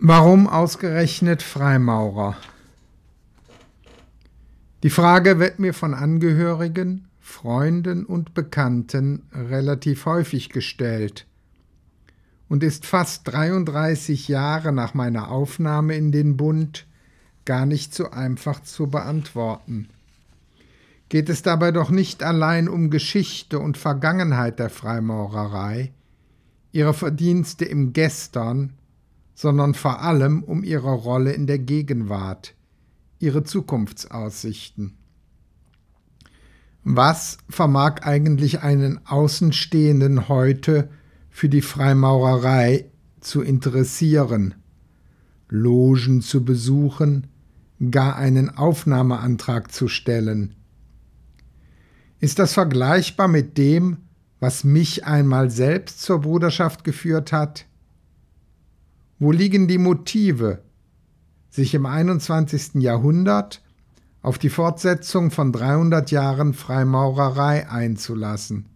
Warum ausgerechnet Freimaurer? Die Frage wird mir von Angehörigen, Freunden und Bekannten relativ häufig gestellt und ist fast 33 Jahre nach meiner Aufnahme in den Bund gar nicht so einfach zu beantworten. Geht es dabei doch nicht allein um Geschichte und Vergangenheit der Freimaurerei, ihre Verdienste im Gestern, sondern vor allem um ihre Rolle in der Gegenwart, ihre Zukunftsaussichten. Was vermag eigentlich einen Außenstehenden heute für die Freimaurerei zu interessieren? Logen zu besuchen, gar einen Aufnahmeantrag zu stellen? Ist das vergleichbar mit dem, was mich einmal selbst zur Bruderschaft geführt hat? Wo liegen die Motive, sich im 21. Jahrhundert auf die Fortsetzung von 300 Jahren Freimaurerei einzulassen?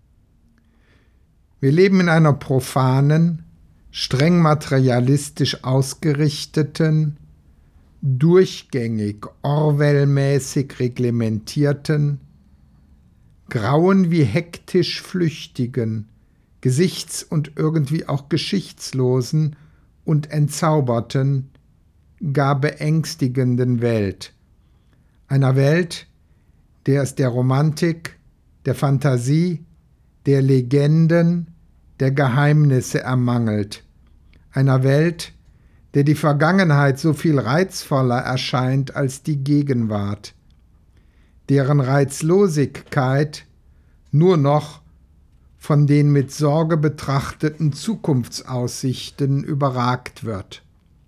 Wir leben in einer profanen, streng materialistisch ausgerichteten, durchgängig Orwell-mäßig reglementierten, grauen wie hektisch flüchtigen, gesichts- und irgendwie auch geschichtslosen und entzauberten, gar beängstigenden Welt. Einer Welt, der es der Romantik, der Fantasie, der Legenden, der Geheimnisse ermangelt. Einer Welt, der die Vergangenheit so viel reizvoller erscheint als die Gegenwart, deren Reizlosigkeit nur noch von den mit Sorge betrachteten Zukunftsaussichten überragt wird.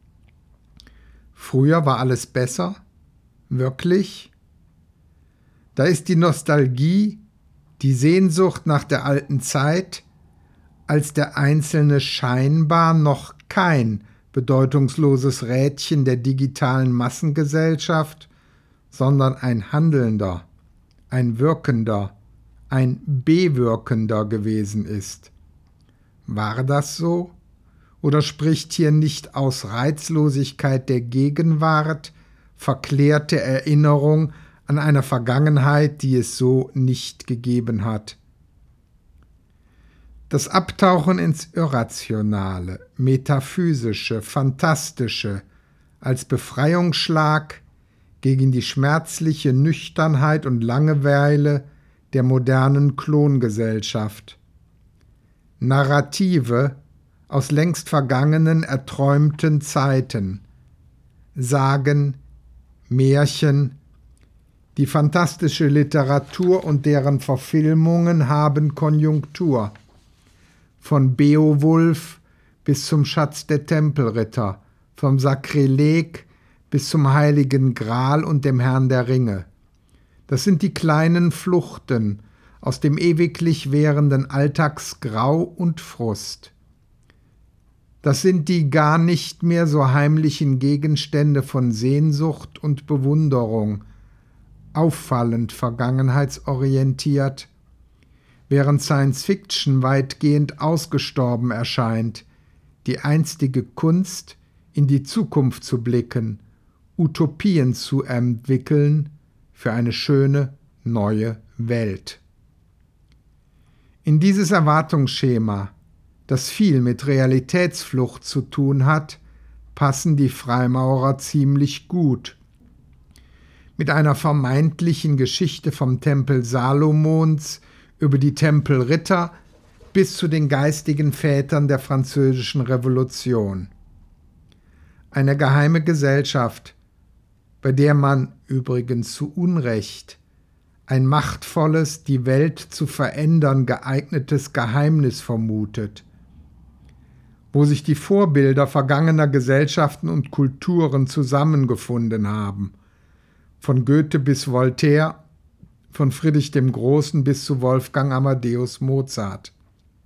Früher war alles besser? Wirklich? Da ist die Nostalgie, die Sehnsucht nach der alten Zeit, als der Einzelne scheinbar noch kein bedeutungsloses Rädchen der digitalen Massengesellschaft, sondern ein Handelnder, ein Wirkender, ein Bewirkender gewesen ist. War das so? Oder spricht hier nicht aus Reizlosigkeit der Gegenwart verklärte Erinnerung an eine Vergangenheit, die es so nicht gegeben hat? Das Abtauchen ins Irrationale, Metaphysische, Fantastische als Befreiungsschlag gegen die schmerzliche Nüchternheit und Langeweile der modernen Klongesellschaft. Narrative aus längst vergangenen, erträumten Zeiten. Sagen, Märchen, die fantastische Literatur und deren Verfilmungen haben Konjunktur. Von Beowulf bis zum Schatz der Tempelritter, vom Sakrileg bis zum Heiligen Gral und dem Herrn der Ringe. Das sind die kleinen Fluchten aus dem ewiglich währenden Alltagsgrau und Frust. Das sind die gar nicht mehr so heimlichen Gegenstände von Sehnsucht und Bewunderung, auffallend vergangenheitsorientiert, während Science Fiction weitgehend ausgestorben erscheint, die einstige Kunst, in die Zukunft zu blicken, Utopien zu entwickeln für eine schöne, neue Welt. In dieses Erwartungsschema, das viel mit Realitätsflucht zu tun hat, passen die Freimaurer ziemlich gut. Mit einer vermeintlichen Geschichte vom Tempel Salomons über die Tempelritter bis zu den geistigen Vätern der Französischen Revolution. Eine geheime Gesellschaft, bei der man übrigens zu Unrecht ein machtvolles, die Welt zu verändern geeignetes Geheimnis vermutet, wo sich die Vorbilder vergangener Gesellschaften und Kulturen zusammengefunden haben, von Goethe bis Voltaire, von Friedrich dem Großen bis zu Wolfgang Amadeus Mozart.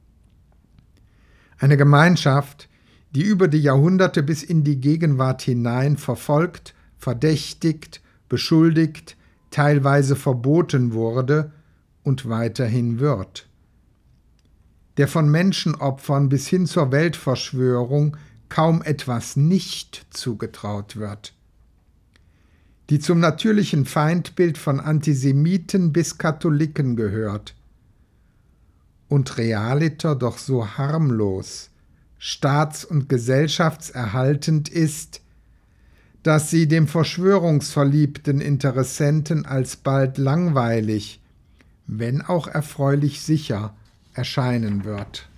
Eine Gemeinschaft, die über die Jahrhunderte bis in die Gegenwart hinein verfolgt, verdächtigt, beschuldigt, teilweise verboten wurde und weiterhin wird. Der von Menschenopfern bis hin zur Weltverschwörung kaum etwas nicht zugetraut wird, die zum natürlichen Feindbild von Antisemiten bis Katholiken gehört und realiter doch so harmlos, staats- und gesellschaftserhaltend ist, dass sie dem verschwörungsverliebten Interessenten alsbald langweilig, wenn auch erfreulich sicher, erscheinen wird.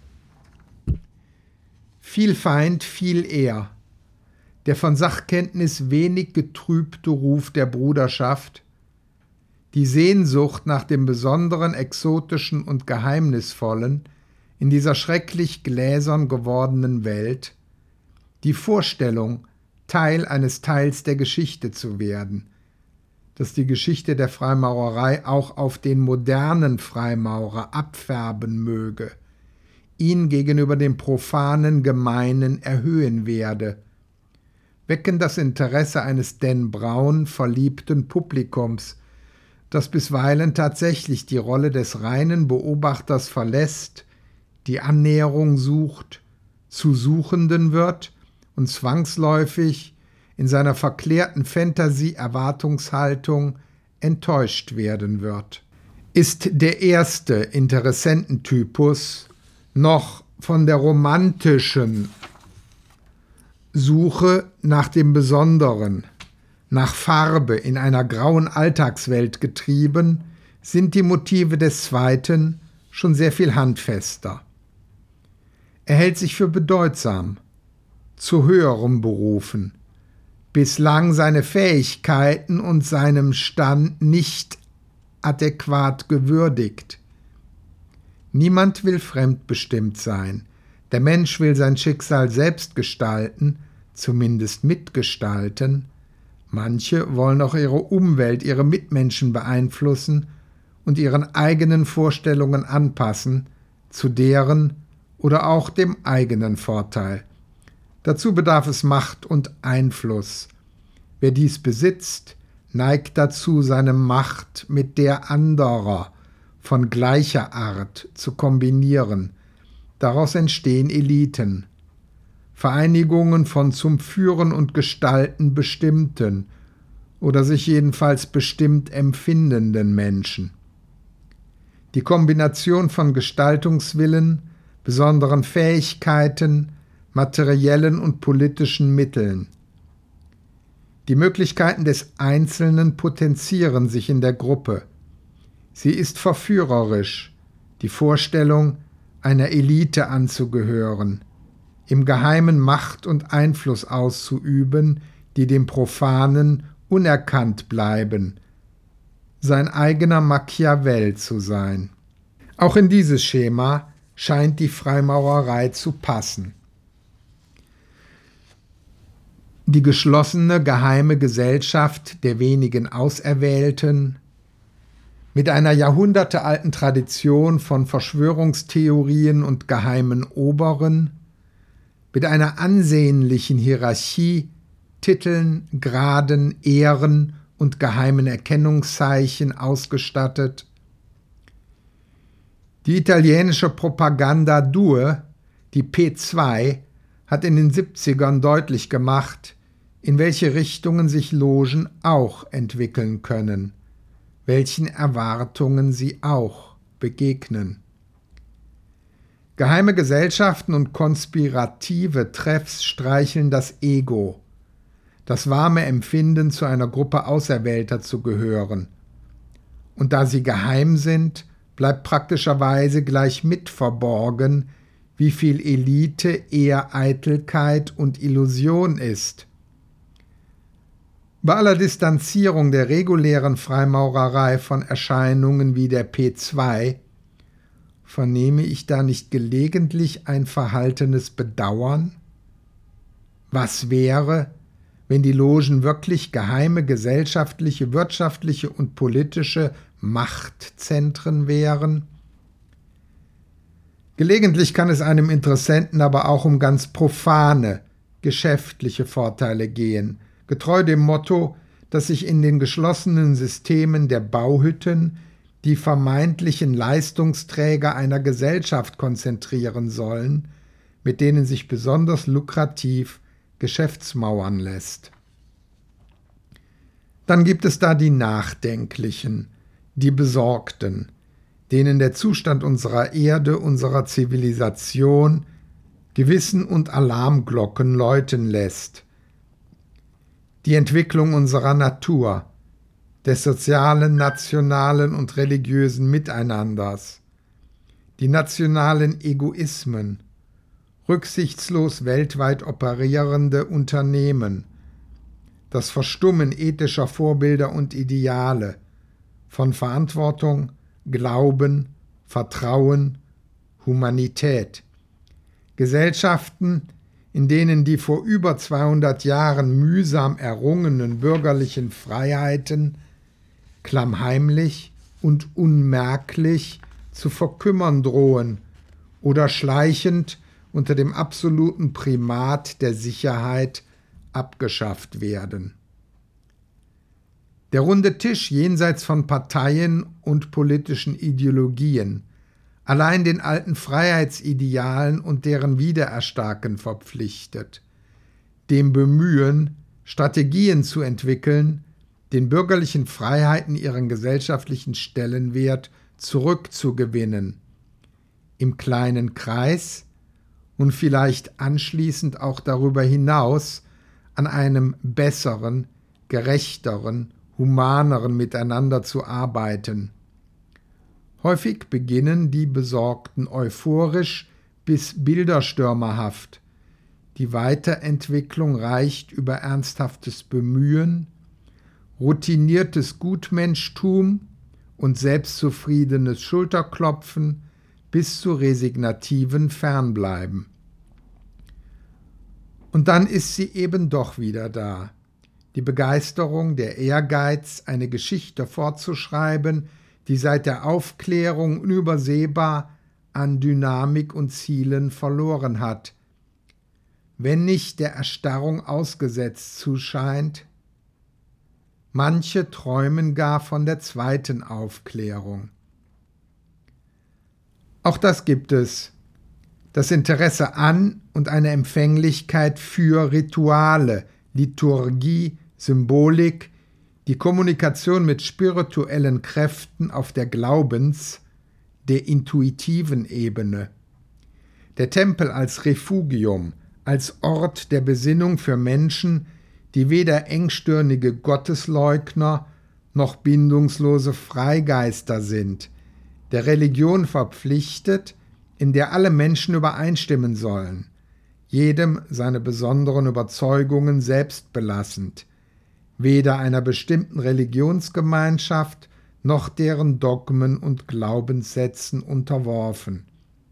Viel Feind, viel eher. Der von Sachkenntnis wenig getrübte Ruf der Bruderschaft, die Sehnsucht nach dem Besonderen, Exotischen und Geheimnisvollen in dieser schrecklich gläsern gewordenen Welt, die Vorstellung, Teil eines Teils der Geschichte zu werden, dass die Geschichte der Freimaurerei auch auf den modernen Freimaurer abfärben möge, ihn gegenüber dem profanen, gemeinen erhöhen werde, wecken das Interesse eines Dan Brown verliebten Publikums, das bisweilen tatsächlich die Rolle des reinen Beobachters verlässt, die Annäherung sucht, zu Suchenden wird und zwangsläufig in seiner verklärten Fantasie-Erwartungshaltung enttäuscht werden wird. Ist der erste Interessententypus noch von der romantischen Suche nach dem Besonderen, nach Farbe in einer grauen Alltagswelt getrieben, sind die Motive des zweiten schon sehr viel handfester. Er hält sich für bedeutsam, zu höherem berufen, bislang seine Fähigkeiten und seinem Stand nicht adäquat gewürdigt. Niemand will fremdbestimmt sein. Der Mensch will sein Schicksal selbst gestalten, zumindest mitgestalten. Manche wollen auch ihre Umwelt, ihre Mitmenschen beeinflussen und ihren eigenen Vorstellungen anpassen, zu deren oder auch dem eigenen Vorteil. Dazu bedarf es Macht und Einfluss. Wer dies besitzt, neigt dazu, seine Macht mit der anderer von gleicher Art zu kombinieren. Daraus entstehen Eliten, Vereinigungen von zum Führen und Gestalten bestimmten oder sich jedenfalls bestimmt empfindenden Menschen. Die Kombination von Gestaltungswillen, besonderen Fähigkeiten, materiellen und politischen Mitteln. Die Möglichkeiten des Einzelnen potenzieren sich in der Gruppe. Sie ist verführerisch, die Vorstellung, einer Elite anzugehören, im Geheimen Macht und Einfluss auszuüben, die dem Profanen unerkannt bleiben, sein eigener Machiavell zu sein. Auch in dieses Schema scheint die Freimaurerei zu passen. Die geschlossene, geheime Gesellschaft der wenigen Auserwählten, mit einer jahrhundertealten Tradition von Verschwörungstheorien und geheimen Oberen, mit einer ansehnlichen Hierarchie, Titeln, Graden, Ehren und geheimen Erkennungszeichen ausgestattet. Die italienische Propaganda Due, die P2, hat in den 70ern deutlich gemacht, in welche Richtungen sich Logen auch entwickeln können, welchen Erwartungen sie auch begegnen. Geheime Gesellschaften und konspirative Treffs streicheln das Ego, das warme Empfinden, zu einer Gruppe Auserwählter zu gehören. Und da sie geheim sind, bleibt praktischerweise gleich mit verborgen, wie viel Elite eher Eitelkeit und Illusion ist. Bei aller Distanzierung der regulären Freimaurerei von Erscheinungen wie der P2 vernehme ich da nicht gelegentlich ein verhaltenes Bedauern? Was wäre, wenn die Logen wirklich geheime gesellschaftliche, wirtschaftliche und politische Machtzentren wären? Gelegentlich kann es einem Interessenten aber auch um ganz profane, geschäftliche Vorteile gehen, getreu dem Motto, dass sich in den geschlossenen Systemen der Bauhütten die vermeintlichen Leistungsträger einer Gesellschaft konzentrieren sollen, mit denen sich besonders lukrativ Geschäftsmauern lässt. Dann gibt es da die Nachdenklichen, die Besorgten, denen der Zustand unserer Erde, unserer Zivilisation Gewissen und Alarmglocken läuten lässt. Die Entwicklung unserer Natur, des sozialen, nationalen und religiösen Miteinanders, die nationalen Egoismen, rücksichtslos weltweit operierende Unternehmen, das Verstummen ethischer Vorbilder und Ideale, von Verantwortung, Glauben, Vertrauen, Humanität. Gesellschaften, in denen die vor über 200 Jahren mühsam errungenen bürgerlichen Freiheiten klammheimlich und unmerklich zu verkümmern drohen oder schleichend unter dem absoluten Primat der Sicherheit abgeschafft werden. Der runde Tisch jenseits von Parteien und politischen Ideologien, allein den alten Freiheitsidealen und deren Wiedererstarken verpflichtet, dem Bemühen, Strategien zu entwickeln, den bürgerlichen Freiheiten ihren gesellschaftlichen Stellenwert zurückzugewinnen, im kleinen Kreis und vielleicht anschließend auch darüber hinaus an einem besseren, gerechteren, humaneren Miteinander zu arbeiten. Häufig beginnen die Besorgten euphorisch bis bilderstürmerhaft. Die Weiterentwicklung reicht über ernsthaftes Bemühen, routiniertes Gutmenschtum und selbstzufriedenes Schulterklopfen bis zu resignativen Fernbleiben. Und dann ist sie eben doch wieder da. Die Begeisterung, der Ehrgeiz, eine Geschichte fortzuschreiben, die seit der Aufklärung unübersehbar an Dynamik und Zielen verloren hat, wenn nicht der Erstarrung ausgesetzt zuscheint. Manche träumen gar von der zweiten Aufklärung. Auch das gibt es, das Interesse an und eine Empfänglichkeit für Rituale, Liturgie, Symbolik, die Kommunikation mit spirituellen Kräften auf der Glaubens-, der intuitiven Ebene. Der Tempel als Refugium, als Ort der Besinnung für Menschen, die weder engstirnige Gottesleugner noch bindungslose Freigeister sind, der Religion verpflichtet, in der alle Menschen übereinstimmen sollen, jedem seine besonderen Überzeugungen selbst belassend, weder einer bestimmten Religionsgemeinschaft noch deren Dogmen und Glaubenssätzen unterworfen.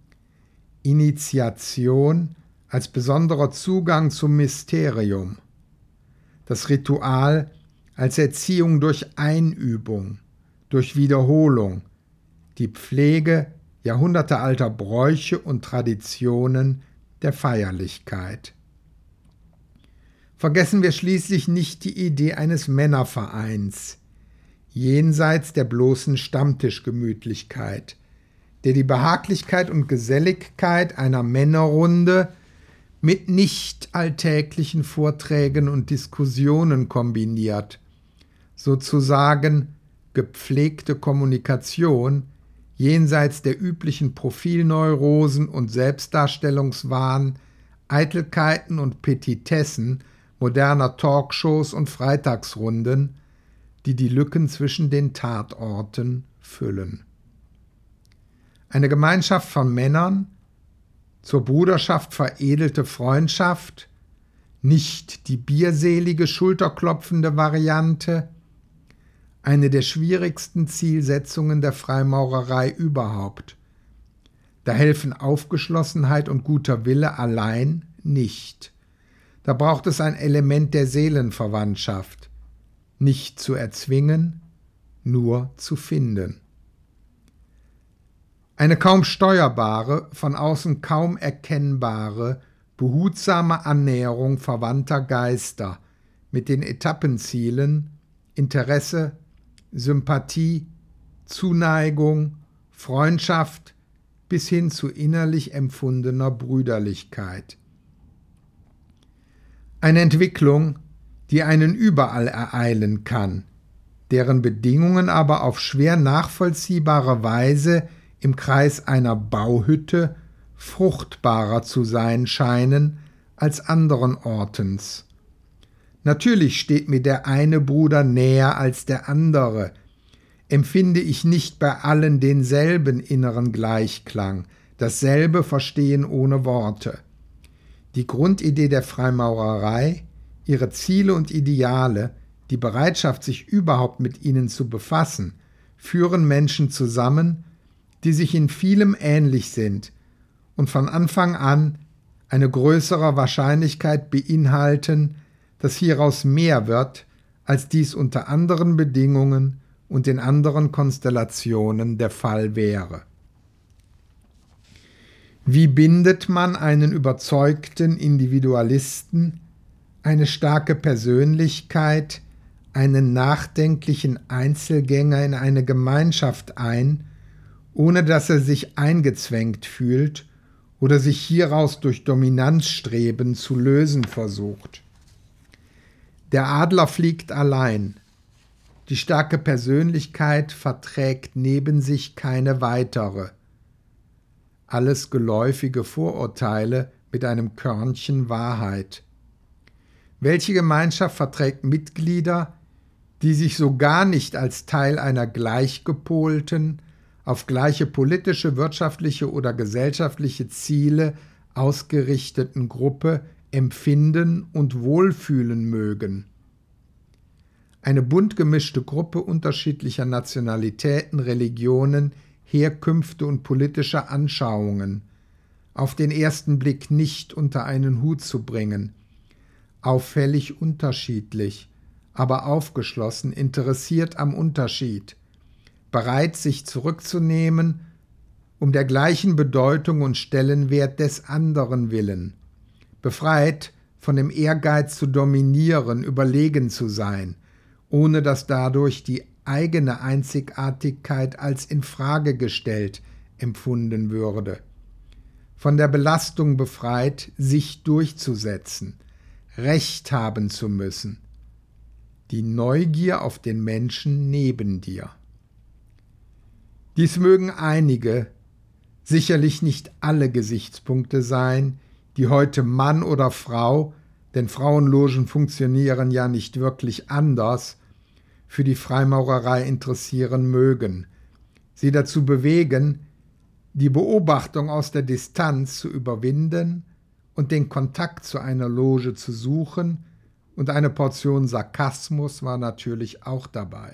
Initiation als besonderer Zugang zum Mysterium. Das Ritual als Erziehung durch Einübung, durch Wiederholung, die Pflege jahrhundertealter Bräuche und Traditionen der Feierlichkeit. Vergessen wir schließlich nicht die Idee eines Männervereins, jenseits der bloßen Stammtischgemütlichkeit, der die Behaglichkeit und Geselligkeit einer Männerrunde mit nicht alltäglichen Vorträgen und Diskussionen kombiniert, sozusagen gepflegte Kommunikation jenseits der üblichen Profilneurosen und Selbstdarstellungswahn, Eitelkeiten und Petitessen moderner Talkshows und Freitagsrunden, die die Lücken zwischen den Tatorten füllen. Eine Gemeinschaft von Männern, zur Bruderschaft veredelte Freundschaft, nicht die bierselige, schulterklopfende Variante, eine der schwierigsten Zielsetzungen der Freimaurerei überhaupt. Da helfen Aufgeschlossenheit und guter Wille allein nicht. Da braucht es ein Element der Seelenverwandtschaft, nicht zu erzwingen, nur zu finden. Eine kaum steuerbare, von außen kaum erkennbare, behutsame Annäherung verwandter Geister mit den Etappenzielen Interesse, Sympathie, Zuneigung, Freundschaft, bis hin zu innerlich empfundener Brüderlichkeit. Eine Entwicklung, die einen überall ereilen kann, deren Bedingungen aber auf schwer nachvollziehbare Weise im Kreis einer Bauhütte fruchtbarer zu sein scheinen als anderen Ortens. Natürlich steht mir der eine Bruder näher als der andere, empfinde ich nicht bei allen denselben inneren Gleichklang, dasselbe Verstehen ohne Worte. Die Grundidee der Freimaurerei, ihre Ziele und Ideale, die Bereitschaft, sich überhaupt mit ihnen zu befassen, führen Menschen zusammen, die sich in vielem ähnlich sind und von Anfang an eine größere Wahrscheinlichkeit beinhalten, dass hieraus mehr wird, als dies unter anderen Bedingungen und in anderen Konstellationen der Fall wäre. Wie bindet man einen überzeugten Individualisten, eine starke Persönlichkeit, einen nachdenklichen Einzelgänger in eine Gemeinschaft ein, ohne dass er sich eingezwängt fühlt oder sich hieraus durch Dominanzstreben zu lösen versucht? Der Adler fliegt allein. Die starke Persönlichkeit verträgt neben sich keine weitere. Alles geläufige Vorurteile mit einem Körnchen Wahrheit. Welche Gemeinschaft verträgt Mitglieder, die sich so gar nicht als Teil einer gleichgepolten, auf gleiche politische, wirtschaftliche oder gesellschaftliche Ziele ausgerichteten Gruppe empfinden und wohlfühlen mögen? Eine bunt gemischte Gruppe unterschiedlicher Nationalitäten, Religionen, Herkünfte und politischer Anschauungen, auf den ersten Blick nicht unter einen Hut zu bringen, auffällig unterschiedlich, aber aufgeschlossen, interessiert am Unterschied, bereit, sich zurückzunehmen, um der gleichen Bedeutung und Stellenwert des anderen willen, befreit von dem Ehrgeiz zu dominieren, überlegen zu sein, ohne dass dadurch die eigene Einzigartigkeit als in Frage gestellt empfunden würde, von der Belastung befreit, sich durchzusetzen, Recht haben zu müssen, die Neugier auf den Menschen neben dir. Dies mögen einige, sicherlich nicht alle Gesichtspunkte sein, die heute Mann oder Frau, denn Frauenlogen funktionieren ja nicht wirklich anders, für die Freimaurerei interessieren mögen, sie dazu bewegen, die Beobachtung aus der Distanz zu überwinden und den Kontakt zu einer Loge zu suchen, und eine Portion Sarkasmus war natürlich auch dabei.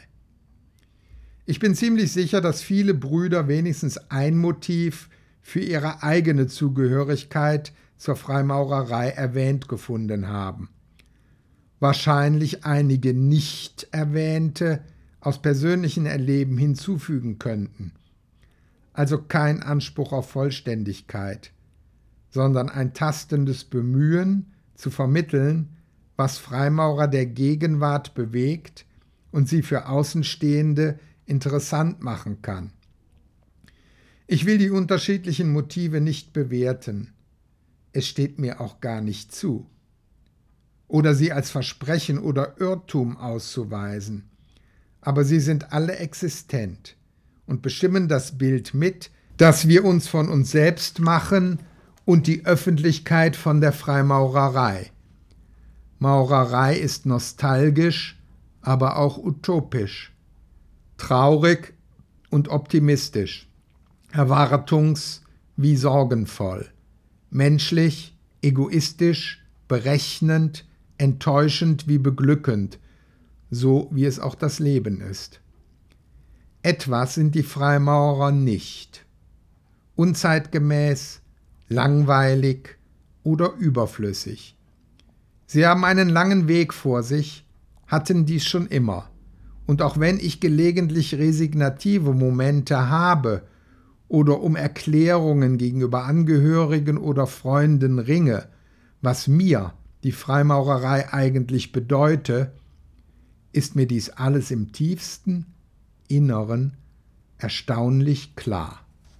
Ich bin ziemlich sicher, dass viele Brüder wenigstens ein Motiv für ihre eigene Zugehörigkeit zur Freimaurerei erwähnt gefunden haben. Wahrscheinlich einige nicht erwähnte aus persönlichen Erleben hinzufügen könnten. Also kein Anspruch auf Vollständigkeit, sondern ein tastendes Bemühen zu vermitteln, was Freimaurer der Gegenwart bewegt und sie für Außenstehende interessant machen kann. Ich will die unterschiedlichen Motive nicht bewerten. Es steht mir auch gar nicht zu. Oder sie als Versprechen oder Irrtum auszuweisen. Aber sie sind alle existent und bestimmen das Bild mit, das wir uns von uns selbst machen und die Öffentlichkeit von der Freimaurerei. Maurerei ist nostalgisch, aber auch utopisch, traurig und optimistisch, erwartungs- wie sorgenvoll, menschlich, egoistisch, berechnend, enttäuschend wie beglückend, so wie es auch das Leben ist. Etwas sind die Freimaurer nicht: unzeitgemäß, langweilig oder überflüssig. Sie haben einen langen Weg vor sich, hatten dies schon immer, und auch wenn ich gelegentlich resignative Momente habe oder um Erklärungen gegenüber Angehörigen oder Freunden ringe, was mir die Freimaurerei eigentlich bedeute, ist mir dies alles im tiefsten Inneren erstaunlich klar.